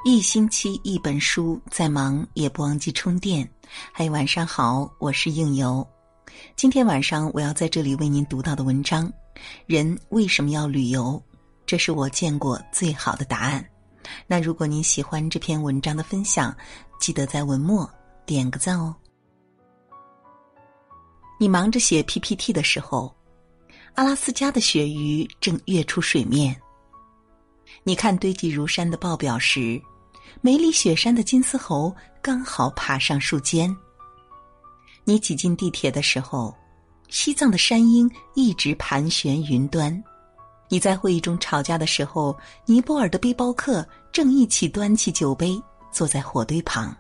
一星期一本书，再忙也不忘记充电。嗨，晚上好，我是应由。今天晚上我要在这里为您读到的文章，人为什么要旅游？这是我见过最好的答案。那如果您喜欢这篇文章的分享，记得在文末点个赞哦。你忙着写 PPT 的时候，阿拉斯加的鳕鱼正跃出水面。你看堆积如山的报表时，梅里雪山的金丝猴刚好爬上树尖。你挤进地铁的时候，西藏的山鹰一直盘旋云端。你在会议中吵架的时候，尼泊尔的背包客正一起端起酒杯坐在火堆旁。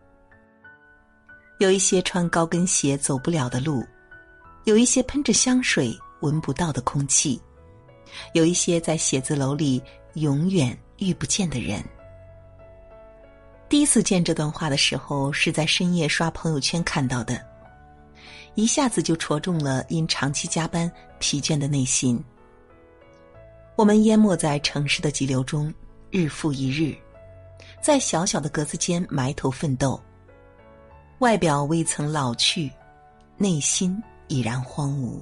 有一些穿高跟鞋走不了的路，有一些喷着香水闻不到的空气，有一些在写字楼里永远遇不见的人。第一次见这段话的时候，是在深夜刷朋友圈看到的，一下子就戳中了因长期加班疲倦的内心。我们淹没在城市的急流中，日复一日，在小小的格子间埋头奋斗，外表未曾老去，内心已然荒芜。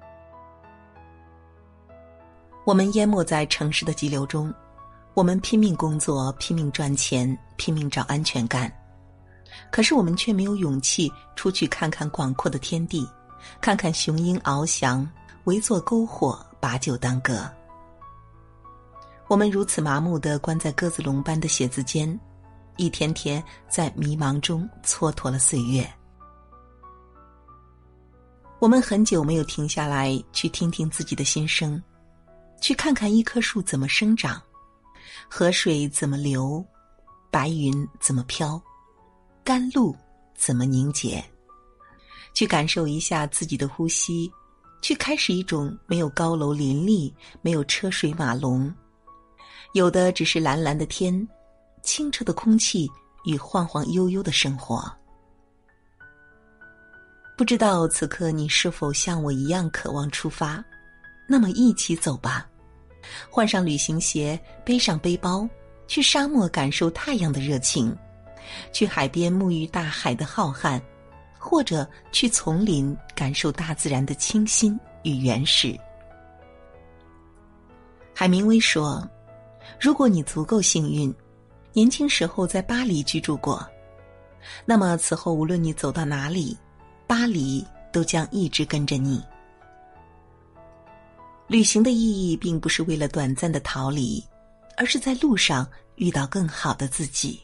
我们淹没在城市的急流中，我们拼命工作，拼命赚钱，拼命找安全感，可是我们却没有勇气出去看看广阔的天地，看看雄鹰翱翔，围坐篝火，把酒当歌。我们如此麻木地关在鸽子笼般的写字间，一天天在迷茫中蹉跎了岁月。我们很久没有停下来去听听自己的心声，去看看一棵树怎么生长，河水怎么流，白云怎么飘，甘露怎么凝结，去感受一下自己的呼吸，去开始一种没有高楼林立，没有车水马龙，有的只是蓝蓝的天，清澈的空气与晃晃悠悠的生活。不知道此刻你是否像我一样渴望出发，那么一起走吧，换上旅行鞋，背上背包，去沙漠感受太阳的热情，去海边沐浴大海的浩瀚，或者去丛林感受大自然的清新与原始。海明威说，如果你足够幸运，年轻时候在巴黎居住过，那么此后无论你走到哪里，巴黎都将一直跟着你。旅行的意义并不是为了短暂的逃离，而是在路上遇到更好的自己。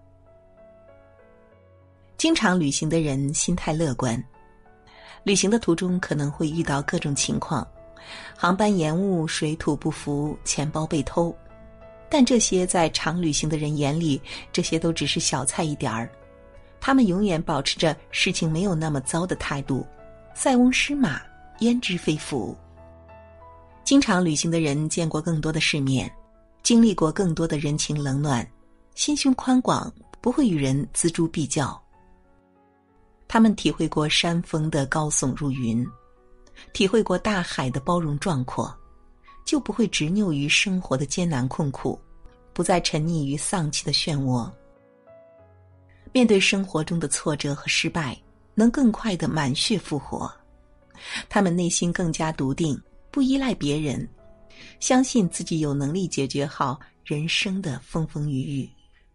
经常旅行的人心态乐观，旅行的途中可能会遇到各种情况，航班延误，水土不服，钱包被偷，但这些在常旅行的人眼里，这些都只是小菜一点儿。他们永远保持着事情没有那么糟的态度，塞翁失马，焉知非福。经常旅行的人见过更多的世面，经历过更多的人情冷暖，心胸宽广，不会与人锱铢必较。他们体会过山峰的高耸入云，体会过大海的包容壮阔，就不会执拗于生活的艰难困苦，不再沉溺于丧气的漩涡。面对生活中的挫折和失败，能更快地满血复活。他们内心更加笃定，不依赖别人，相信自己有能力解决好人生的风风雨雨。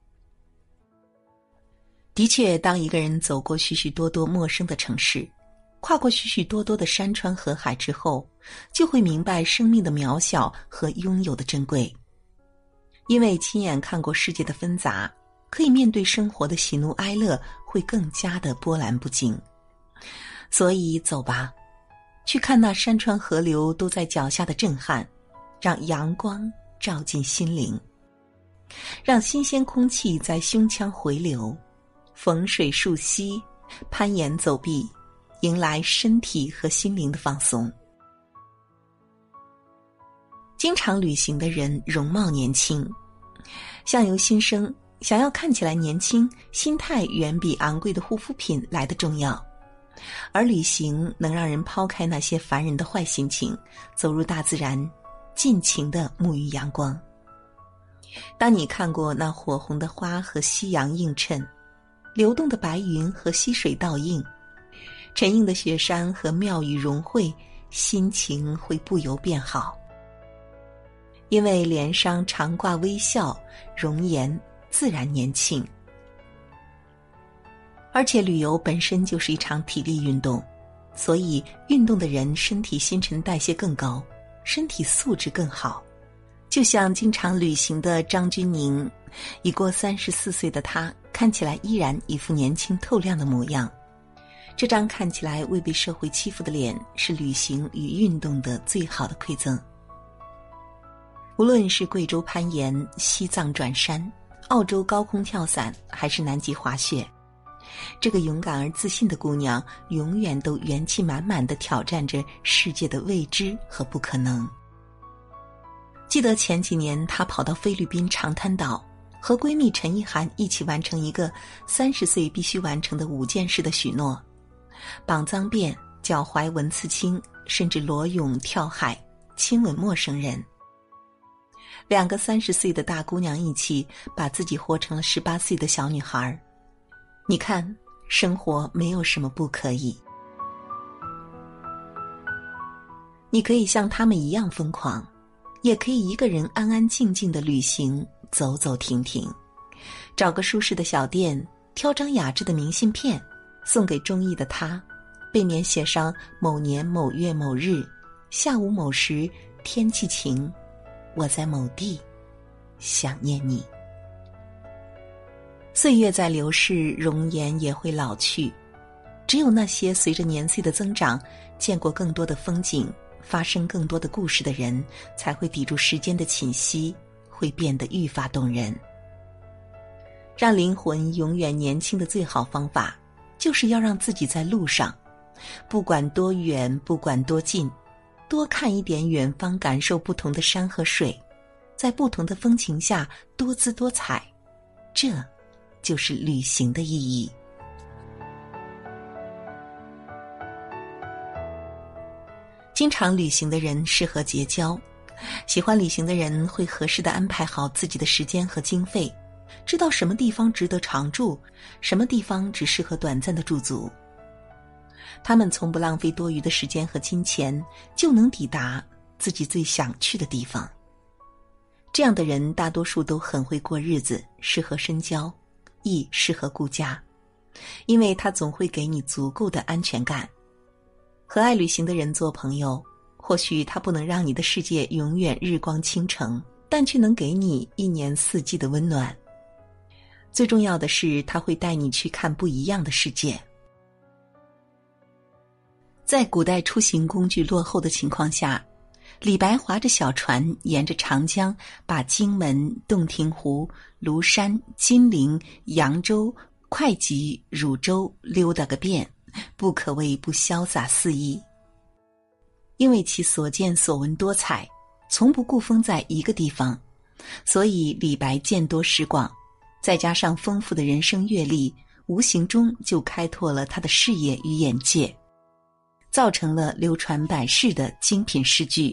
的确，当一个人走过许许多多陌生的城市，跨过许许多多的山川河海之后，就会明白生命的渺小和拥有的珍贵。因为亲眼看过世界的纷杂，可以面对生活的喜怒哀乐，会更加的波澜不惊。所以走吧，去看那山川河流都在脚下的震撼，让阳光照进心灵，让新鲜空气在胸腔回流，逢水漱溪，攀岩走壁，迎来身体和心灵的放松。经常旅行的人容貌年轻，相由心生，想要看起来年轻，心态远比昂贵的护肤品来得重要。而旅行能让人抛开那些烦人的坏心情，走入大自然，尽情地沐浴阳光。 当你看过那火红的花和夕阳映衬，流动的白云和溪水倒映，沉映的雪山和庙宇融汇，心情会不由变好。因为脸上常挂微笑，容颜自然年轻。而且旅游本身就是一场体力运动，所以运动的人身体新陈代谢更高，身体素质更好。就像经常旅行的张钧甯，已过34岁的她看起来依然一副年轻透亮的模样。这张看起来未被社会欺负的脸，是旅行与运动的最好的馈赠。无论是贵州攀岩、西藏转山、澳洲高空跳伞，还是南极滑雪，这个勇敢而自信的姑娘永远都元气满满地挑战着世界的未知和不可能。记得前几年她跑到菲律宾长滩岛，和闺蜜陈意涵一起完成一个30岁必须完成的5件事的许诺：绑脏辫、脚踝纹刺青，甚至裸泳跳海，亲吻陌生人。2个30岁的大姑娘一起把自己活成了18岁的小女孩。你看，生活没有什么不可以。你可以像他们一样疯狂，也可以一个人安安静静的旅行，走走停停，找个舒适的小店，挑张雅致的明信片，送给中意的他，背面写上某年某月某日，下午某时，天气晴，我在某地，想念你。岁月在流逝，容颜也会老去，只有那些随着年岁的增长，见过更多的风景，发生更多的故事的人，才会抵住时间的侵袭，会变得愈发动人。让灵魂永远年轻的最好方法，就是要让自己在路上，不管多远，不管多近，多看一点远方，感受不同的山和水，在不同的风情下多姿多彩，这就是旅行的意义。经常旅行的人适合结交，喜欢旅行的人会合适地安排好自己的时间和经费，知道什么地方值得常住，什么地方只适合短暂的驻足。他们从不浪费多余的时间和金钱，就能抵达自己最想去的地方。这样的人大多数都很会过日子，适合深交，亦适合顾家，因为他总会给你足够的安全感。和爱旅行的人做朋友，或许他不能让你的世界永远日光倾城，但却能给你1年4季的温暖。最重要的是，他会带你去看不一样的世界。在古代出行工具落后的情况下，李白划着小船，沿着长江，把荆门、洞庭湖、庐山、金陵、扬州、会稽、汝州溜达个遍，不可谓不潇洒肆意。因为其所见所闻多彩，从不固封在一个地方，所以李白见多识广，再加上丰富的人生阅历，无形中就开拓了他的视野与眼界，造成了流传百世的精品诗句。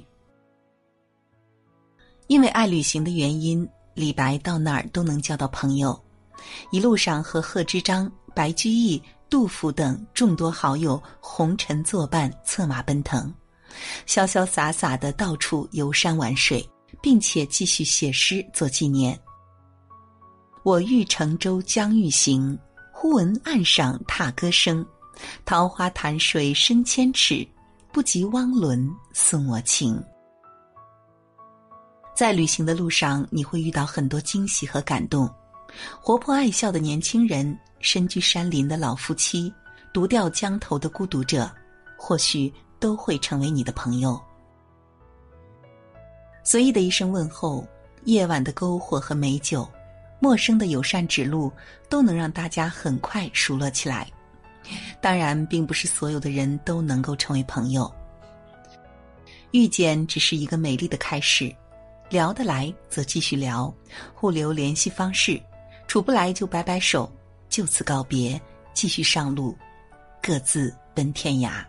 因为爱旅行的原因，李白到哪儿都能交到朋友，一路上和贺知章、白居易、杜甫等众多好友红尘作伴，策马奔腾，潇潇洒洒地到处游山玩水，并且继续写诗做纪念。我欲乘舟将欲行，忽闻岸上踏歌声，桃花潭水深千尺，不及汪伦送我情。在旅行的路上，你会遇到很多惊喜和感动，活泼爱笑的年轻人，身居山林的老夫妻，独钓江头的孤独者，或许都会成为你的朋友。随意的一声问候，夜晚的篝火和美酒，陌生的友善指路，都能让大家很快熟络起来。当然，并不是所有的人都能够成为朋友，遇见只是一个美丽的开始，聊得来则继续聊，互留联系方式，处不来就摆摆手，就此告别，继续上路，各自奔天涯。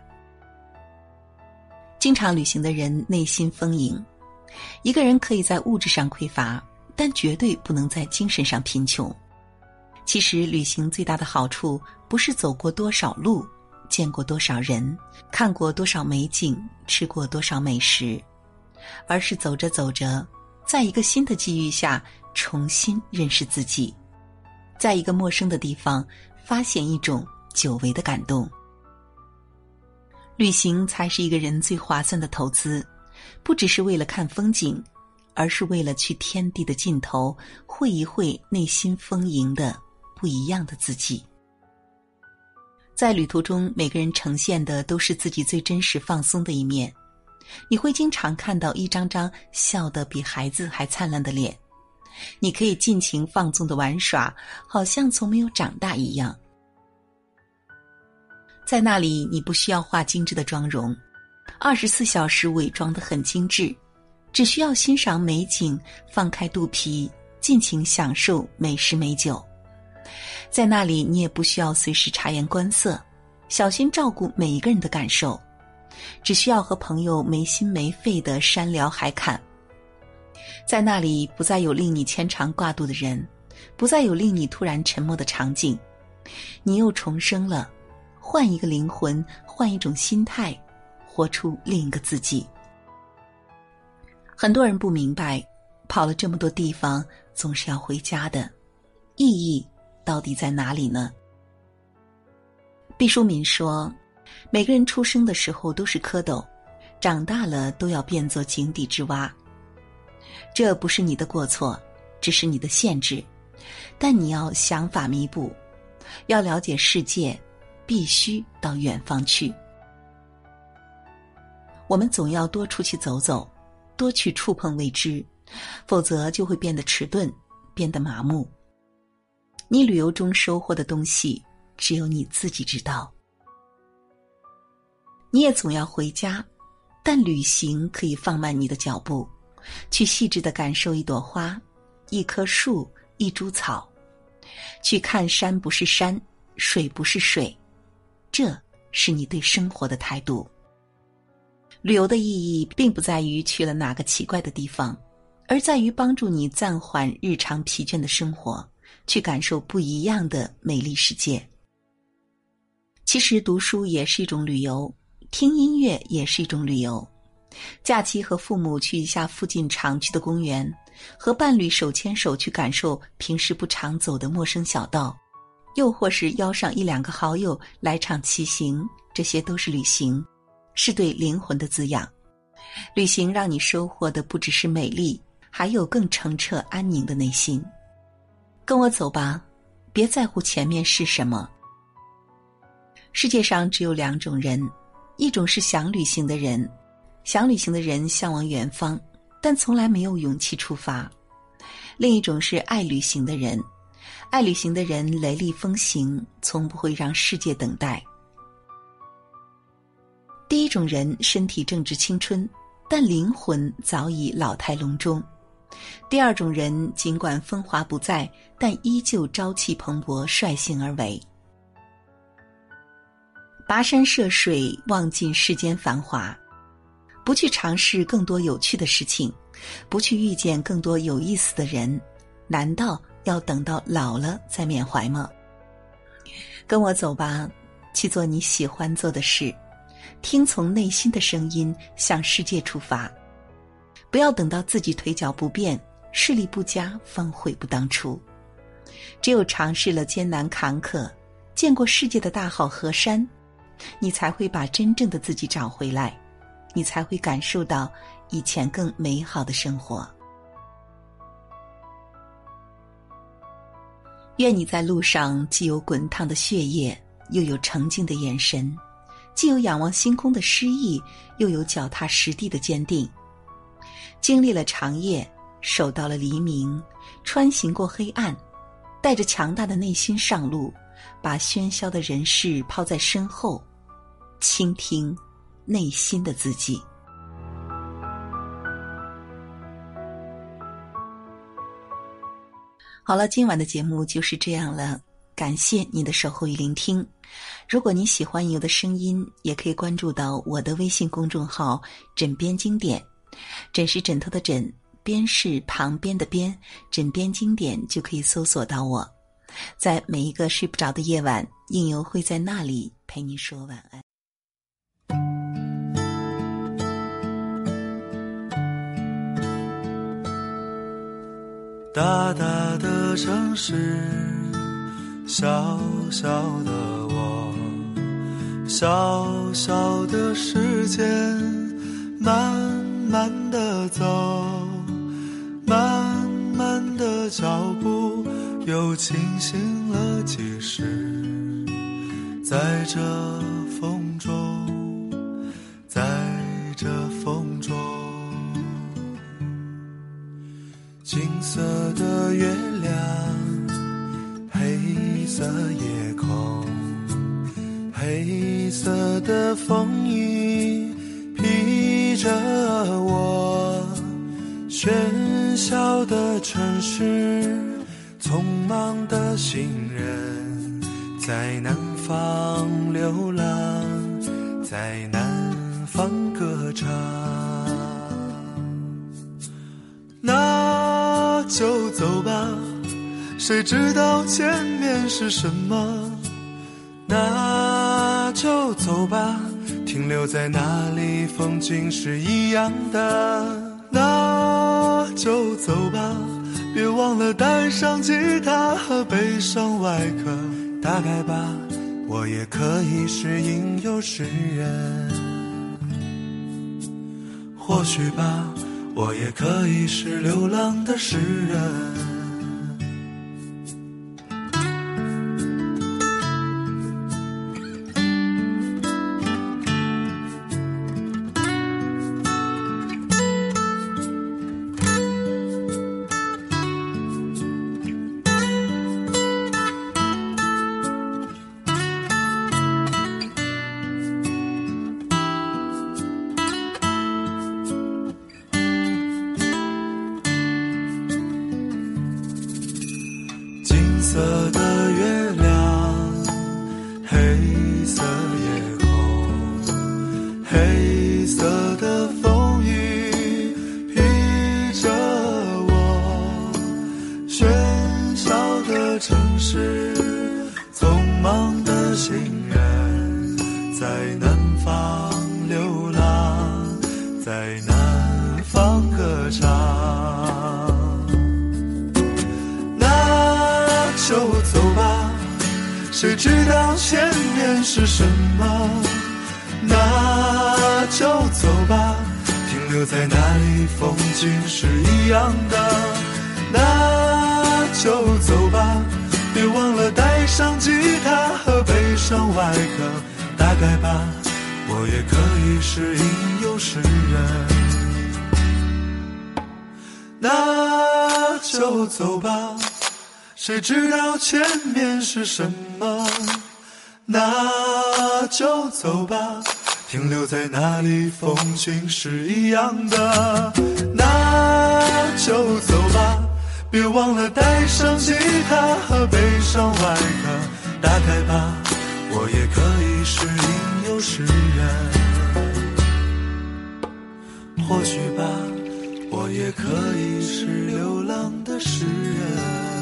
经常旅行的人内心丰盈，一个人可以在物质上匮乏， 但绝对不能在精神上贫穷。其实旅行最大的好处，不是走过多少路，见过多少人，看过多少美景，吃过多少美食，而是走着走着，在一个新的机遇下重新认识自己，在一个陌生的地方发现一种久违的感动。旅行才是一个人最划算的投资，不只是为了看风景，而是为了去天地的尽头，会一会内心丰盈的不一样的自己。在旅途中，每个人呈现的都是自己最真实放松的一面，你会经常看到一张张笑得比孩子还灿烂的脸，你可以尽情放纵的玩耍，好像从没有长大一样。在那里，你不需要化精致的妆容，24小时伪装得很精致，只需要欣赏美景，放开肚皮，尽情享受美食美酒。在那里，你也不需要随时察言观色，小心照顾每一个人的感受，只需要和朋友没心没肺的山聊海侃。在那里，不再有令你牵肠挂肚的人，不再有令你突然沉默的场景，你又重生了，换一个灵魂，换一种心态，活出另一个自己。很多人不明白，跑了这么多地方，总是要回家的，意义到底在哪里呢？毕淑敏说，每个人出生的时候都是蝌蚪，长大了都要变作井底之蛙。这不是你的过错，只是你的限制，但你要想法弥补，要了解世界，必须到远方去。我们总要多出去走走，多去触碰未知，否则就会变得迟钝，变得麻木。你旅游中收获的东西，只有你自己知道。你也总要回家，但旅行可以放慢你的脚步，去细致地感受一朵花，一棵树，一株草，去看山不是山，水不是水，这是你对生活的态度。旅游的意义并不在于去了哪个奇怪的地方，而在于帮助你暂缓日常疲倦的生活，去感受不一样的美丽世界。其实读书也是一种旅游，听音乐也是一种旅游。假期和父母去一下附近常去的公园，和伴侣手牵手去感受平时不常走的陌生小道，又或是邀上1-2个好友来场骑行，这些都是旅行，是对灵魂的滋养。旅行让你收获的不只是美丽，还有更澄澈安宁的内心。跟我走吧，别在乎前面是什么。世界上只有2种人，一种是想旅行的人，想旅行的人向往远方，但从来没有勇气出发。另一种是爱旅行的人，爱旅行的人雷厉风行，从不会让世界等待。第一种人身体正值青春，但灵魂早已老态龙钟。第二种人尽管风华不再，但依旧朝气蓬勃，率性而为。跋山涉水，望尽世间繁华，不去尝试更多有趣的事情，不去遇见更多有意思的人，难道要等到老了再缅怀吗？跟我走吧，去做你喜欢做的事，听从内心的声音，向世界出发。不要等到自己腿脚不便，视力不佳，方悔不当初。只有尝试了艰难坎坷，见过世界的大好河山，你才会把真正的自己找回来，你才会感受到以前更美好的生活。愿你在路上既有滚烫的血液，又有澄净的眼神，既有仰望星空的诗意，又有脚踏实地的坚定。经历了长夜，守到了黎明，穿行过黑暗，带着强大的内心上路，把喧嚣的人世抛在身后，倾听内心的自己。好了，今晚的节目就是这样了，感谢你的守候与聆听。如果你喜欢有的声音，也可以关注到我的微信公众号枕边经典，枕是枕头的枕， 边是旁边的边，枕边经典就可以搜索到我。在每一个睡不着的夜晚，应由会在那里陪你说晚安。 大大的城市，小小的我，小小的时间，慢慢的走，慢慢的脚步又清醒了几时。在这风中，在这风中，金色的月亮，黑色夜空，黑色的风衣披着我，喧嚣的城市，匆忙的行人，在南方流浪，在南方歌唱。那就走吧，谁知道前面是什么？那就走吧，停留在那里风景是一样的。那就走吧，别忘了带上吉他和悲伤外壳。大概吧，我也可以是吟游诗人。或许吧，我也可以是流浪的诗人。金色的月亮，黑色夜空，黑色的风雨披着我，喧嚣的城市，匆忙的行人，在南方流浪，在南方歌唱。就走吧，谁知道前面是什么？那就走吧，停留在那里风景是一样的。那就走吧，别忘了带上吉他和悲伤外壳。大概吧，我也可以是吟游诗人。那就走吧，谁知道前面是什么？那就走吧，停留在那里风景是一样的。那就走吧，别忘了带上吉他和悲伤外壳。大概吧，我也可以是吟游诗人。或许吧，我也可以是流浪的诗人。